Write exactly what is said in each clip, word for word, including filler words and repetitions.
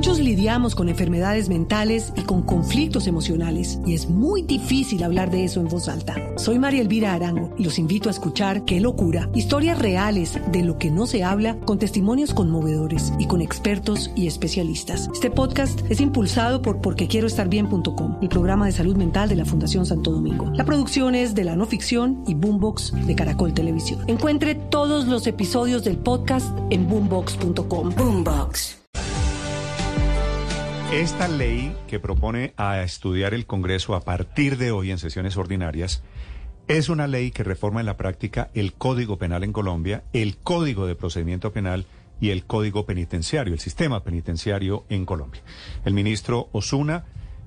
Muchos lidiamos con enfermedades mentales y con conflictos emocionales, y es muy difícil hablar de eso en voz alta. Soy María Elvira Arango y los invito a escuchar Qué Locura, historias reales de lo que no se habla, con testimonios conmovedores y con expertos y especialistas. Este podcast es impulsado por porque quiero estar bien punto com, el programa de salud mental de la Fundación Santo Domingo. La producción es de La No Ficción y Boombox de Caracol Televisión. Encuentre todos los episodios del podcast en boombox punto com. Boombox. Esta ley que propone a estudiar el Congreso a partir de hoy en sesiones ordinarias es una ley que reforma en la práctica el Código Penal en Colombia, el Código de Procedimiento Penal y el Código Penitenciario, el sistema penitenciario en Colombia. El ministro Osuna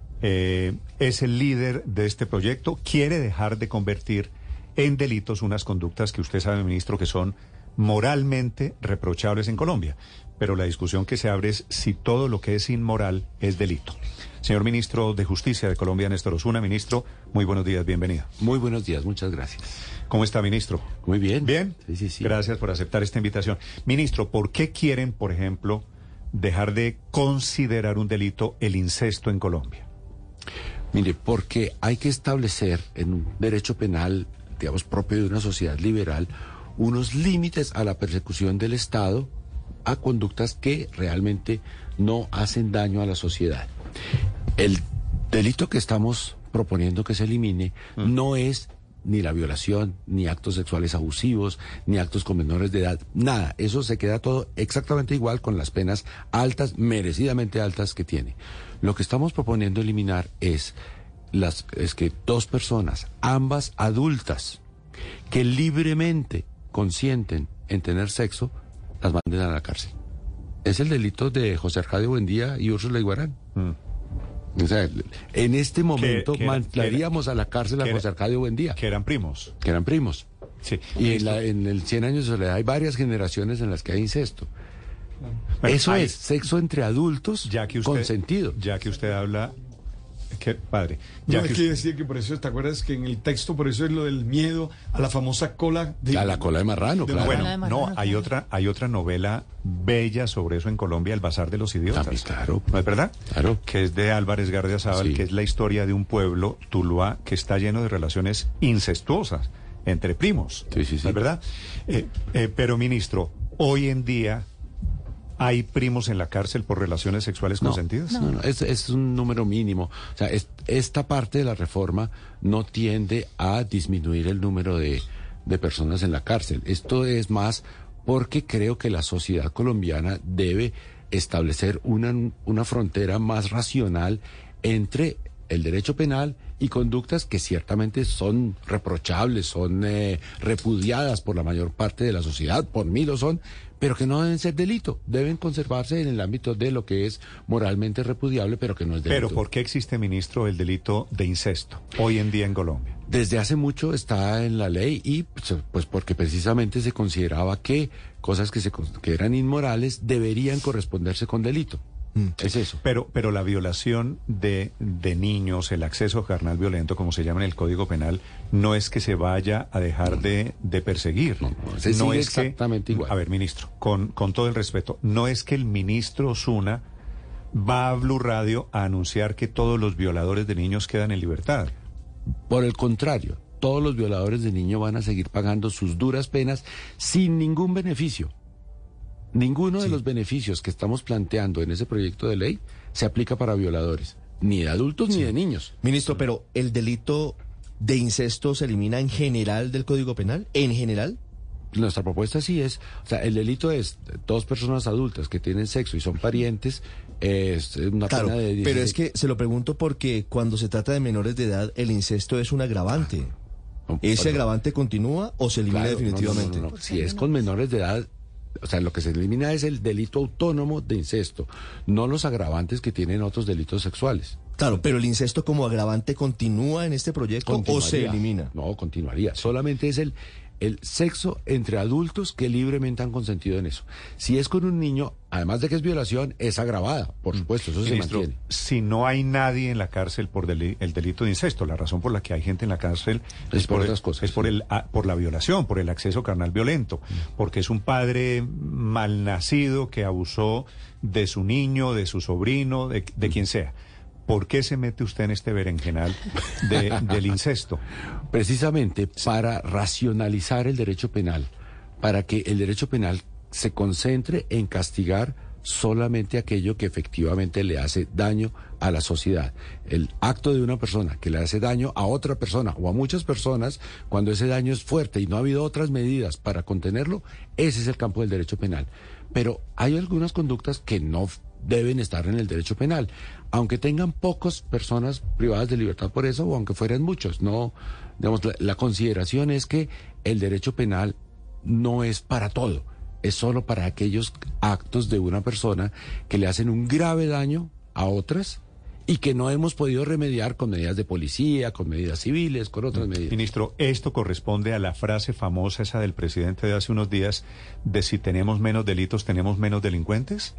eh, es el líder de este proyecto, quiere dejar de convertir en delitos unas conductas que usted sabe, ministro, que son moralmente reprochables en Colombia. Pero la discusión que se abre es si todo lo que es inmoral es delito. Señor ministro de Justicia de Colombia, Néstor Osuna, ministro, muy buenos días, bienvenido. Muy buenos días, muchas gracias. ¿Cómo está, ministro? Muy bien. ¿Bien? Sí, sí, sí. Gracias por aceptar esta invitación. Ministro, ¿por qué quieren, por ejemplo, dejar de considerar un delito el incesto en Colombia? Mire, porque hay que establecer en un derecho penal, digamos, propio de una sociedad liberal, unos límites a la persecución del Estado a conductas que realmente no hacen daño a la sociedad. El delito que estamos proponiendo que se elimine mm. no es ni la violación, ni actos sexuales abusivos, ni actos con menores de edad, nada. Eso se queda todo exactamente igual con las penas altas, merecidamente altas que tiene. Lo que estamos proponiendo eliminar es, las, es que dos personas, ambas adultas, que libremente consienten en tener sexo, las manden a la cárcel. Es el delito de José Arcadio Buendía y Úrsula Iguarán. Mm. O sea, en este momento que, que mandaríamos era, a la cárcel a José Arcadio Buendía. Que eran primos. Que eran primos. Sí. Y en, la, en el cien años de soledad hay varias generaciones en las que hay incesto. Bueno, eso hay, es sexo entre adultos ya que usted, consentido. Ya que usted habla... Qué padre. Ya no, que es que decía que por eso, ¿te acuerdas que en el texto, por eso es lo del miedo a la famosa cola de... A la cola de marrano, de, claro. Bueno, de marrano, no, hay otra, hay otra novela bella sobre eso en Colombia, El Bazar de los Idiotas. También, claro. ¿No es verdad? Claro. Que es de Álvarez Gardiazabal, sí. Que es la historia de un pueblo, Tuluá, que está lleno de relaciones incestuosas entre primos. Sí, sí, sí. ¿No es verdad? Eh, eh, pero, ministro, hoy en día... ¿hay primos en la cárcel por relaciones sexuales no, consentidas? No, no, es, es un número mínimo. O sea, es, esta parte de la reforma no tiende a disminuir el número de, de personas en la cárcel. Esto es más porque creo que la sociedad colombiana debe establecer una, una frontera más racional entre el derecho penal y conductas que ciertamente son reprochables, son eh, repudiadas por la mayor parte de la sociedad, por mí lo son, pero que no deben ser delito, deben conservarse en el ámbito de lo que es moralmente repudiable, pero que no es delito. Pero ¿por qué existe, ministro, el delito de incesto hoy en día en Colombia? Desde hace mucho está en la ley y pues porque precisamente se consideraba que cosas que, se, que eran inmorales deberían corresponderse con delito. Mm. Es eso. Pero, pero la violación de, de niños, el acceso carnal violento, como se llama en el Código Penal, no es que se vaya a dejar de, de perseguir. No, no, se no sigue es exactamente que, igual. A ver, ministro, con, con todo el respeto, no es que el ministro Osuna va a Blue Radio a anunciar que todos los violadores de niños quedan en libertad. Por el contrario, todos los violadores de niños van a seguir pagando sus duras penas sin ningún beneficio. Ninguno sí. de los beneficios que estamos planteando en ese proyecto de ley se aplica para violadores, ni de adultos sí. ni de niños. Ministro, pero ¿el delito de incesto se elimina en general del Código Penal? ¿En general? Nuestra propuesta sí es, o sea, el delito es dos personas adultas que tienen sexo y son parientes, es una claro, pena de dieciséis... pero es que se lo pregunto porque cuando se trata de menores de edad, el incesto es un agravante. No, ¿Ese perdón. agravante continúa o se elimina claro, definitivamente? No, no, no, no. Si es con menores de edad... O sea, lo que se elimina es el delito autónomo de incesto, no los agravantes que tienen otros delitos sexuales. Claro, pero el incesto como agravante continúa en este proyecto o se elimina. No, continuaría. Solamente es el el sexo entre adultos que libremente han consentido en eso. Si es con un niño, además de que es violación, es agravada, por supuesto, eso Ministro, se mantiene. Si no hay nadie en la cárcel por deli- el delito de incesto, la razón por la que hay gente en la cárcel Es por el- otras cosas, es por sí. el a- por la violación, por el acceso carnal violento, porque es un padre malnacido que abusó de su niño, de su sobrino, de, de quien sea. ¿Por qué se mete usted en este berenjenal de- del incesto? Precisamente para racionalizar el derecho penal, para que el derecho penal se concentre en castigar solamente aquello que efectivamente le hace daño a la sociedad. El acto de una persona que le hace daño a otra persona o a muchas personas, cuando ese daño es fuerte y no ha habido otras medidas para contenerlo, ese es el campo del derecho penal. Pero hay algunas conductas que no deben estar en el derecho penal, aunque tengan pocas personas privadas de libertad por eso o aunque fueran muchos. No, digamos, la, la consideración es que el derecho penal no es para todo, es solo para aquellos actos de una persona que le hacen un grave daño a otras y que no hemos podido remediar con medidas de policía, con medidas civiles, con otras medidas. Ministro, esto corresponde a la frase famosa esa del presidente de hace unos días de si tenemos menos delitos, tenemos menos delincuentes.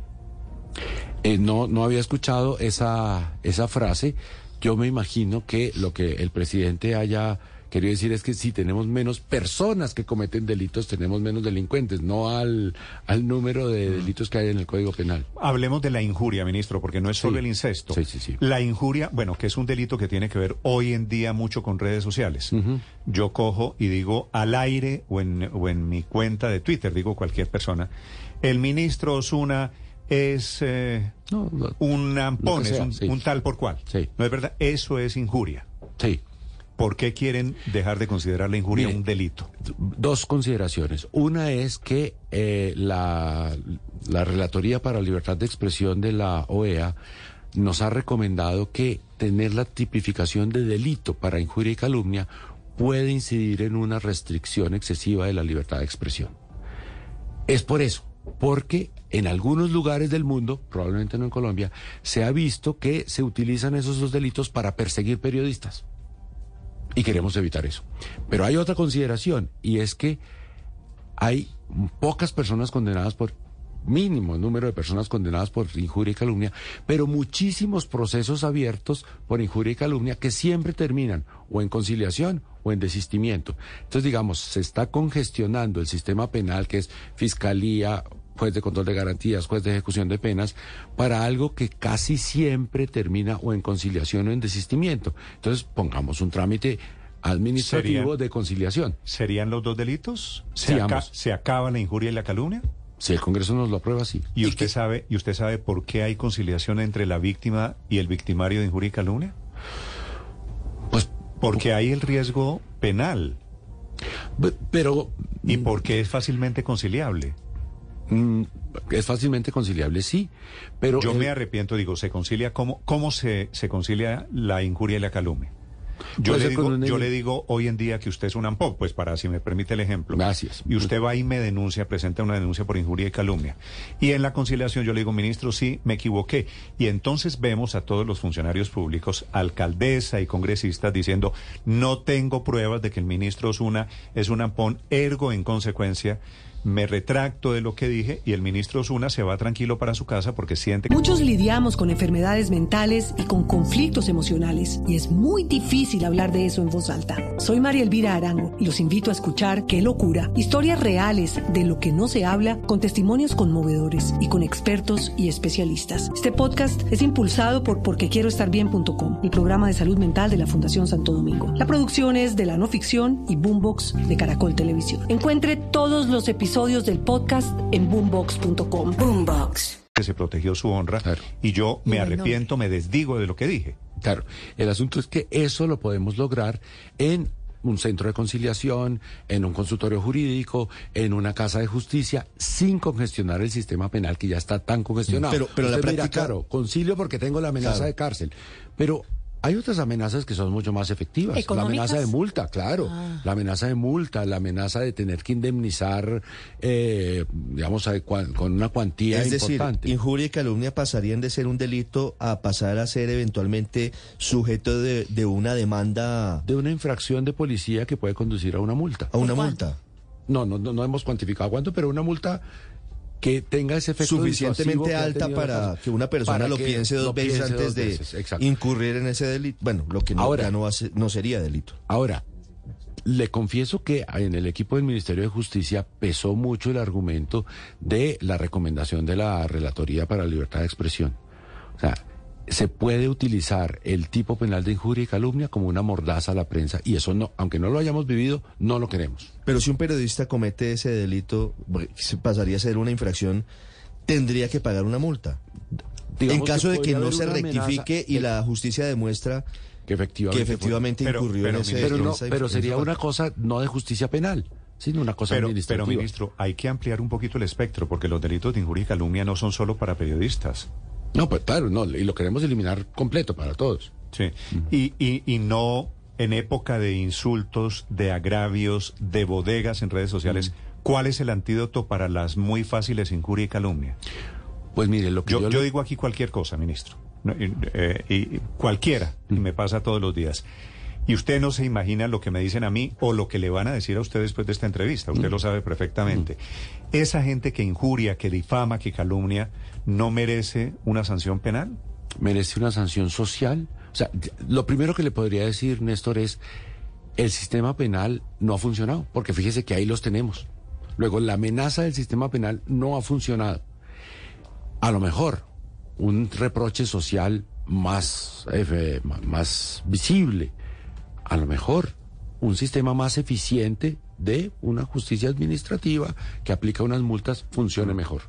Eh, no, no había escuchado esa, esa frase. Yo me imagino que lo que el presidente haya querido decir es que si tenemos menos personas que cometen delitos, tenemos menos delincuentes, no al, al número de delitos que hay en el Código Penal. Hablemos de la injuria, ministro, porque no es solo Sí. el incesto. Sí, sí, sí. La injuria, bueno, que es un delito que tiene que ver hoy en día mucho con redes sociales. Ujú. Yo cojo y digo al aire o en, o en mi cuenta de Twitter, digo cualquier persona, el ministro Osuna es eh, No, no, un ampón, lo que es sea, un, sí. un tal por cual. Sí. ¿No es verdad? Eso es injuria. sí. ¿Por qué quieren dejar de considerar la injuria Mire, un delito? Dos consideraciones. Una es que eh, la, la Relatoría para la Libertad de Expresión de la O E A nos ha recomendado que tener la tipificación de delito para injuria y calumnia puede incidir en una restricción excesiva de la libertad de expresión. Es por eso, porque en algunos lugares del mundo, probablemente no en Colombia, se ha visto que se utilizan esos dos delitos para perseguir periodistas. Y queremos evitar eso. Pero hay otra consideración, y es que hay pocas personas condenadas por, mínimo número de personas condenadas por injuria y calumnia, pero muchísimos procesos abiertos por injuria y calumnia que siempre terminan o en conciliación o en desistimiento. Entonces, digamos, se está congestionando el sistema penal, que es fiscalía, juez de control de garantías, juez de ejecución de penas, para algo que casi siempre termina o en conciliación o en desistimiento. Entonces, pongamos un trámite administrativo ¿Serían- de conciliación. ¿Serían los dos delitos? Sí, ¿Se, aca- ambos. ¿Se acaba la injuria y la calumnia? Si el Congreso nos lo aprueba, sí. ¿Y usted sabe, y usted sabe por qué hay conciliación entre la víctima y el victimario de injuria y calumnia? Pues, Porque hay el riesgo penal b- pero y porque es fácilmente conciliable. mm, es fácilmente conciliable, sí. Pero Yo el- me arrepiento, digo, ¿se concilia cómo, cómo se, se concilia la injuria y la calumnia? Yo, Puede le ser digo, con un- yo le digo hoy en día que usted es un ampón, pues para, si me permite el ejemplo. Gracias. Y usted va y me denuncia, presenta una denuncia por injuria y calumnia. Y en la conciliación yo le digo, ministro, sí, me equivoqué. Y entonces vemos a todos los funcionarios públicos, alcaldesa y congresistas, diciendo, no tengo pruebas de que el ministro Osuna es un ampón, ergo en consecuencia, me retracto de lo que dije y el ministro Osuna se va tranquilo para su casa porque siente que... Muchos lidiamos con enfermedades mentales y con conflictos emocionales y es muy difícil hablar de eso en voz alta. Soy María Elvira Arango y los invito a escuchar Qué locura, historias reales de lo que no se habla con testimonios conmovedores y con expertos y especialistas. Este podcast es impulsado por porquequieroestarbien punto com, el programa de salud mental de la Fundación Santo Domingo. La producción es de La No Ficción y Boombox de Caracol Televisión. Encuentre todos los episodios del podcast en boombox punto com. Boombox. que se protegió su honra Claro. y yo me Y el arrepiento, me desdigo de lo que dije. Claro, el asunto es que eso lo podemos lograr en un centro de conciliación, en un consultorio jurídico, en una casa de justicia, sin congestionar el sistema penal que ya está tan congestionado. Pero- pero la Usted me dirá, práctica- claro, concilio porque tengo la amenaza Claro. de cárcel, pero hay otras amenazas que son mucho más efectivas. La ¿Económicas? amenaza de multa, claro. Ah. La amenaza de multa, la amenaza de tener que indemnizar, eh, digamos, a- cua- con una cuantía Es decir, importante. injuria y calumnia pasarían de ser un delito a pasar a ser eventualmente sujeto de, de una demanda de una infracción de policía que puede conducir a una multa. a una ¿Por multa. no, no, no, no hemos cuantificado cuánto, pero una multa que tenga ese efecto suficientemente alta para que una persona lo piense dos veces antes de incurrir en ese delito. Bueno, lo que no, ahora, ya no, hace, no sería delito. Ahora, le confieso que en el equipo del Ministerio de Justicia pesó mucho el argumento de la recomendación de la Relatoría para la Libertad de Expresión. O sea, se puede utilizar el tipo penal de injuria y calumnia como una mordaza a la prensa, y eso no, aunque no lo hayamos vivido, no lo queremos. Pero si un periodista comete ese delito, pasaría a ser una infracción, tendría que pagar una multa. Digamos en caso que de que no se rectifique y de... la justicia demuestra que efectivamente, que efectivamente pero, incurrió pero, en ese pero, no, esa, pero sería esa una cosa no de justicia penal, sino una cosa pero, administrativa. Pero, ministro, hay que ampliar un poquito el espectro, porque los delitos de injuria y calumnia no son solo para periodistas. No, pues claro, no, y lo queremos eliminar completo para todos. Sí, uh-huh. y, y, y no en época de insultos, de agravios, de bodegas en redes sociales. Uh-huh. ¿Cuál es el antídoto para las muy fáciles injuria y calumnia? Pues mire, lo que yo... Yo, yo yo le... digo aquí cualquier cosa, ministro. No, eh, y cualquiera, y me pasa todos los días. Y usted no se imagina lo que me dicen a mí o lo que le van a decir a usted después de esta entrevista. Usted mm. lo sabe perfectamente. Mm. Esa gente que injuria, que difama, que calumnia, ¿no merece una sanción penal? Merece una sanción social. O sea, lo primero que le podría decir, Néstor, es el sistema penal no ha funcionado, porque fíjese que ahí los tenemos. Luego, la amenaza del sistema penal no ha funcionado. A lo mejor un reproche social más, eh, más visible, a lo mejor un sistema más eficiente de una justicia administrativa que aplica unas multas funcione mejor.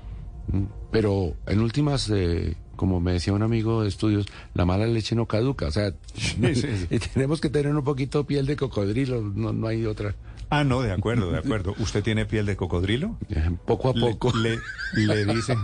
Pero en últimas, eh, como me decía un amigo de estudios, la mala leche no caduca, o sea, sí, sí, sí. tenemos que tener un poquito piel de cocodrilo, no, no hay otra. Ah, no, de acuerdo, de acuerdo. ¿Usted tiene piel de cocodrilo? Eh, poco a poco. Le, le, le dicen...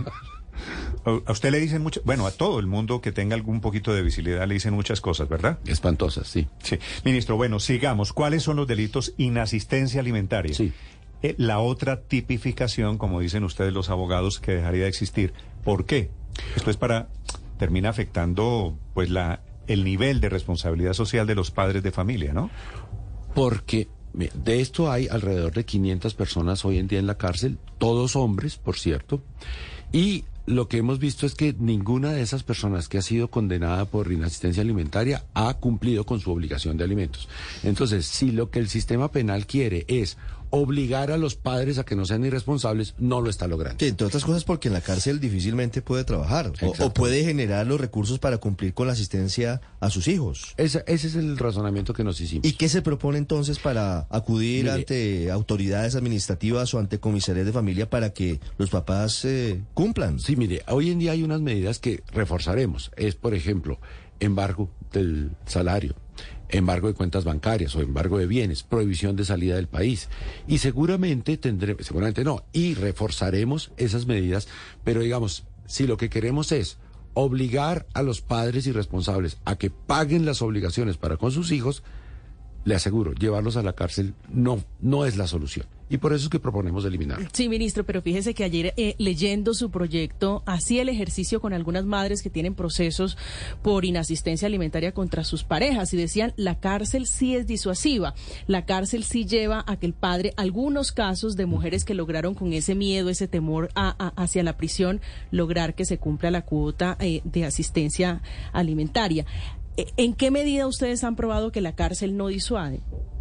A usted le dicen mucho, bueno, a todo el mundo que tenga algún poquito de visibilidad le dicen muchas cosas, ¿verdad? Espantosas, sí. Sí. Ministro, bueno, sigamos. ¿Cuáles son los delitos? Inasistencia alimentaria. Sí. Eh, la otra tipificación, como dicen ustedes los abogados, que dejaría de existir. ¿Por qué? Esto es para... termina afectando, pues, la el nivel de responsabilidad social de los padres de familia, ¿no? Porque de esto hay alrededor de quinientas personas hoy en día en la cárcel, todos hombres, por cierto, y lo que hemos visto es que ninguna de esas personas que ha sido condenada por inasistencia alimentaria ha cumplido con su obligación de alimentos. Entonces, si lo que el sistema penal quiere es obligar a los padres a que no sean irresponsables, no lo está logrando. Sí, entre otras cosas porque en la cárcel difícilmente puede trabajar o, o puede generar los recursos para cumplir con la asistencia a sus hijos. Ese, ese es el razonamiento que nos hicimos. ¿Y qué se propone entonces para acudir Mire, ante autoridades administrativas o ante comisarías de familia para que los papás eh, cumplan? Sí, mire, hoy en día hay unas medidas que reforzaremos. Es, por ejemplo, embargo del salario, embargo de cuentas bancarias o embargo de bienes, prohibición de salida del país. Y seguramente tendremos, seguramente no, y reforzaremos esas medidas, pero digamos, si lo que queremos es obligar a los padres irresponsables a que paguen las obligaciones para con sus hijos, le aseguro, llevarlos a la cárcel no, no es la solución. Y por eso es que proponemos eliminarlo. Sí, ministro, pero fíjese que ayer eh, leyendo su proyecto, hacía el ejercicio con algunas madres que tienen procesos por inasistencia alimentaria contra sus parejas y decían, la cárcel sí es disuasiva, la cárcel sí lleva a que el padre, algunos casos de mujeres que lograron con ese miedo, ese temor a, a, hacia la prisión, lograr que se cumpla la cuota eh, de asistencia alimentaria. ¿En qué medida ustedes han probado que la cárcel no disuade?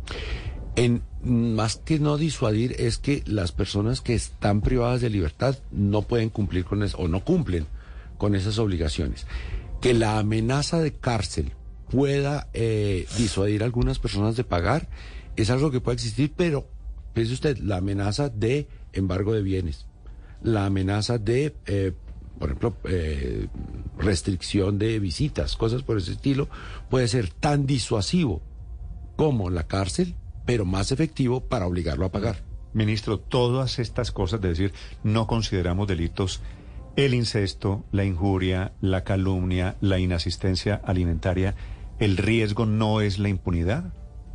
En, más que no disuadir, es que las personas que están privadas de libertad no pueden cumplir con eso, o no cumplen con esas obligaciones. Que la amenaza de cárcel pueda eh, disuadir a algunas personas de pagar, es algo que puede existir, pero piense usted, la amenaza de embargo de bienes, la amenaza de... Eh, por ejemplo, eh, restricción de visitas, cosas por ese estilo, puede ser tan disuasivo como la cárcel, pero más efectivo para obligarlo a pagar. Ministro, todas estas cosas, de decir, no consideramos delitos el incesto, la injuria, la calumnia, la inasistencia alimentaria, ¿el riesgo no es la impunidad?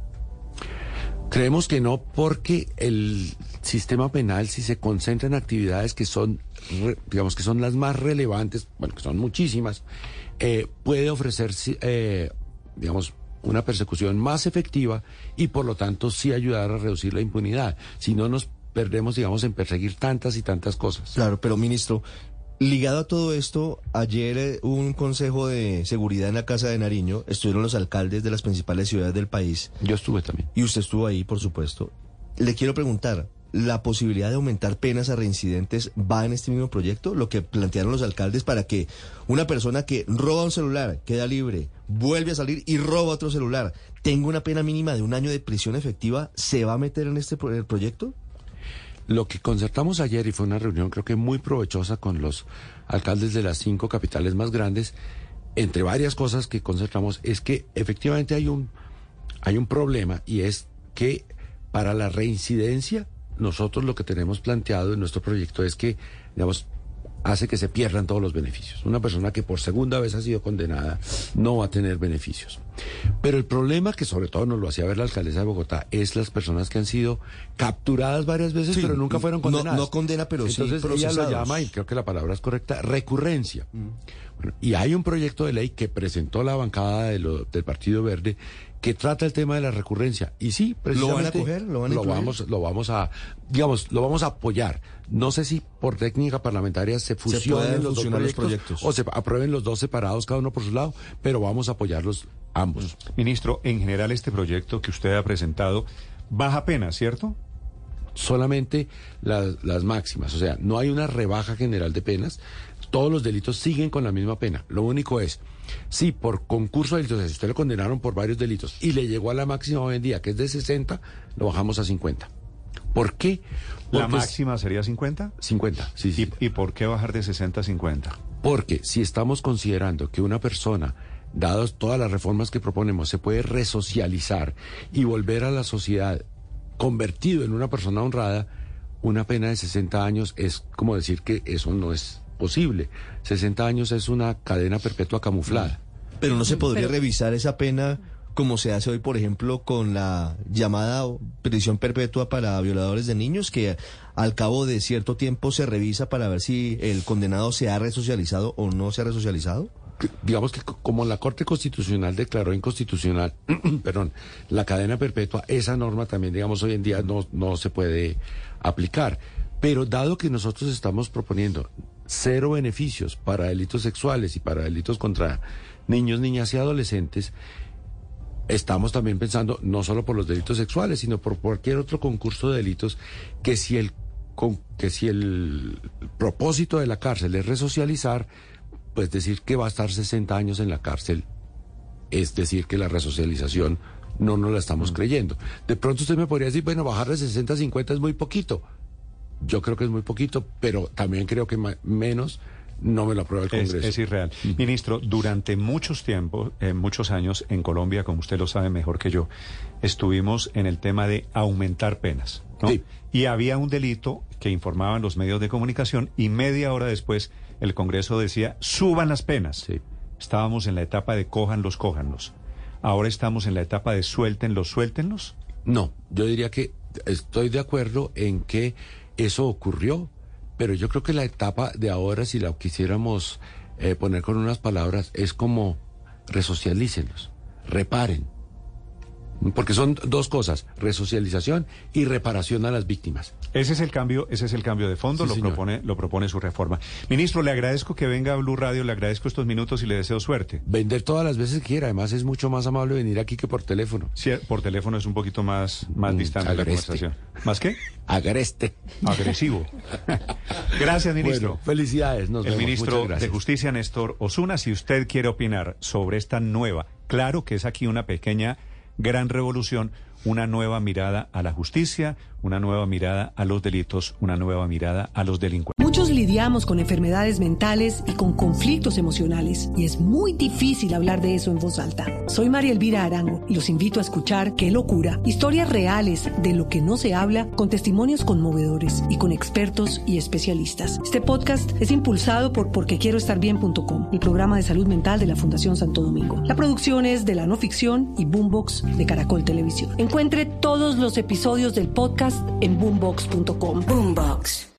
Creemos que no, porque el sistema penal, si se concentra en actividades que son, digamos, que son las más relevantes, bueno, que son muchísimas, eh, puede ofrecer, eh, digamos, una persecución más efectiva y por lo tanto sí ayudar a reducir la impunidad. Si no nos perdemos, digamos, en perseguir tantas y tantas cosas. Claro, pero ministro, ligado a todo esto, ayer eh, hubo un consejo de seguridad en la Casa de Nariño, estuvieron los alcaldes de las principales ciudades del país. Yo estuve también. Y usted estuvo ahí, por supuesto. Le quiero preguntar, ¿la posibilidad de aumentar penas a reincidentes va en este mismo proyecto? Lo que plantearon los alcaldes para que una persona que roba un celular, queda libre, vuelve a salir y roba otro celular, tenga una pena mínima de un año de prisión efectiva, ¿se va a meter en este pro- proyecto? Lo que concertamos ayer, y fue una reunión creo que muy provechosa con los alcaldes de las cinco capitales más grandes, entre varias cosas que concertamos, es que efectivamente hay un, hay un problema, y es que para la reincidencia, nosotros lo que tenemos planteado en nuestro proyecto es que, digamos, hace que se pierdan todos los beneficios. Una persona que por segunda vez ha sido condenada no va a tener beneficios. Pero el problema, que sobre todo nos lo hacía ver la alcaldesa de Bogotá, es las personas que han sido capturadas varias veces, sí, pero nunca fueron condenadas. No, no condena, pero Entonces, sí procesados. Ella lo llama, y creo que la palabra es correcta, recurrencia. Mm. Bueno, y hay un proyecto de ley que presentó la bancada de lo, del Partido Verde que trata el tema de la recurrencia. Y sí, precisamente... ¿Lo van a coger? ¿Lo van a lo vamos, lo vamos a, digamos, lo vamos a apoyar. No sé si por técnica parlamentaria se fusionen los dos proyectos, los proyectos o se aprueben los dos separados, cada uno por su lado, pero vamos a apoyarlos ambos. Ministro, en general este proyecto que usted ha presentado baja penas, ¿cierto? Solamente las, las máximas, o sea, no hay una rebaja general de penas, todos los delitos siguen con la misma pena. Lo único es, si por concurso de delitos, si usted lo condenaron por varios delitos y le llegó a la máxima hoy en día, que es de sesenta, lo bajamos a cincuenta. ¿Por qué? Porque ¿la máxima sería cincuenta? cincuenta, sí, sí. ¿Y, ¿Y por qué bajar de sesenta a cincuenta? Porque si estamos considerando que una persona, dadas todas las reformas que proponemos, se puede resocializar y volver a la sociedad convertido en una persona honrada, una pena de sesenta años es como decir que eso no es posible. sesenta años es una cadena perpetua camuflada. Pero no se podría Pero... revisar esa pena como se hace hoy, por ejemplo, con la llamada prisión perpetua para violadores de niños, que al cabo de cierto tiempo se revisa para ver si el condenado se ha resocializado o no se ha resocializado. Digamos que como la Corte Constitucional declaró inconstitucional, perdón, la cadena perpetua, esa norma también, digamos, hoy en día no, no se puede aplicar. Pero dado que nosotros estamos proponiendo cero beneficios para delitos sexuales y para delitos contra niños, niñas y adolescentes, estamos también pensando no solo por los delitos sexuales, sino por cualquier otro concurso de delitos, que si el, que si el propósito de la cárcel es resocializar, pues decir que va a estar sesenta años en la cárcel, es decir que la resocialización no nos la estamos mm. creyendo. De pronto usted me podría decir, bueno, bajar de sesenta a cincuenta es muy poquito. Yo creo que es muy poquito, pero también creo que ma- menos no me lo aprueba el Congreso. Es, es irreal. Mm. Ministro, durante muchos tiempos, eh, muchos años en Colombia, como usted lo sabe mejor que yo, estuvimos en el tema de aumentar penas, ¿no? Sí. Y había un delito que informaban los medios de comunicación y media hora después el Congreso decía, suban las penas. Sí. Estábamos en la etapa de cójanlos, cójanlos. Ahora estamos en la etapa de suéltenlos, suéltenlos. No, yo diría que estoy de acuerdo en que eso ocurrió, pero yo creo que la etapa de ahora, si la quisiéramos eh, poner con unas palabras, es como resocialícenlos, reparen. Porque son dos cosas, resocialización y reparación a las víctimas. Ese es el cambio, ese es el cambio de fondo, sí, lo señor. propone, lo propone su reforma. Ministro, le agradezco que venga a Blue Radio, le agradezco estos minutos y le deseo suerte. Vender todas las veces que quiera, además es mucho más amable venir aquí que por teléfono. Sí, por teléfono es un poquito más, más mm, distante agreste. La conversación. ¿Más qué? Agreste. Agresivo. Gracias, ministro. Bueno, felicidades, nos El vemos. ministro de Justicia, Néstor Osuna, si usted quiere opinar sobre esta nueva, claro que es aquí una pequeña gran revolución, una nueva mirada a la justicia, una nueva mirada a los delitos, una nueva mirada a los delincuentes. Muchos lidiamos con enfermedades mentales y con conflictos emocionales, y es muy difícil hablar de eso en voz alta. Soy María Elvira Arango y los invito a escuchar Qué locura, historias reales de lo que no se habla, con testimonios conmovedores y con expertos y especialistas. Este podcast es impulsado por porque quiero estar bien punto com, el programa de salud mental de la Fundación Santo Domingo. La producción es de La No Ficción y Boombox de Caracol Televisión. Encuentre todos los episodios del podcast en boombox punto com. Boombox.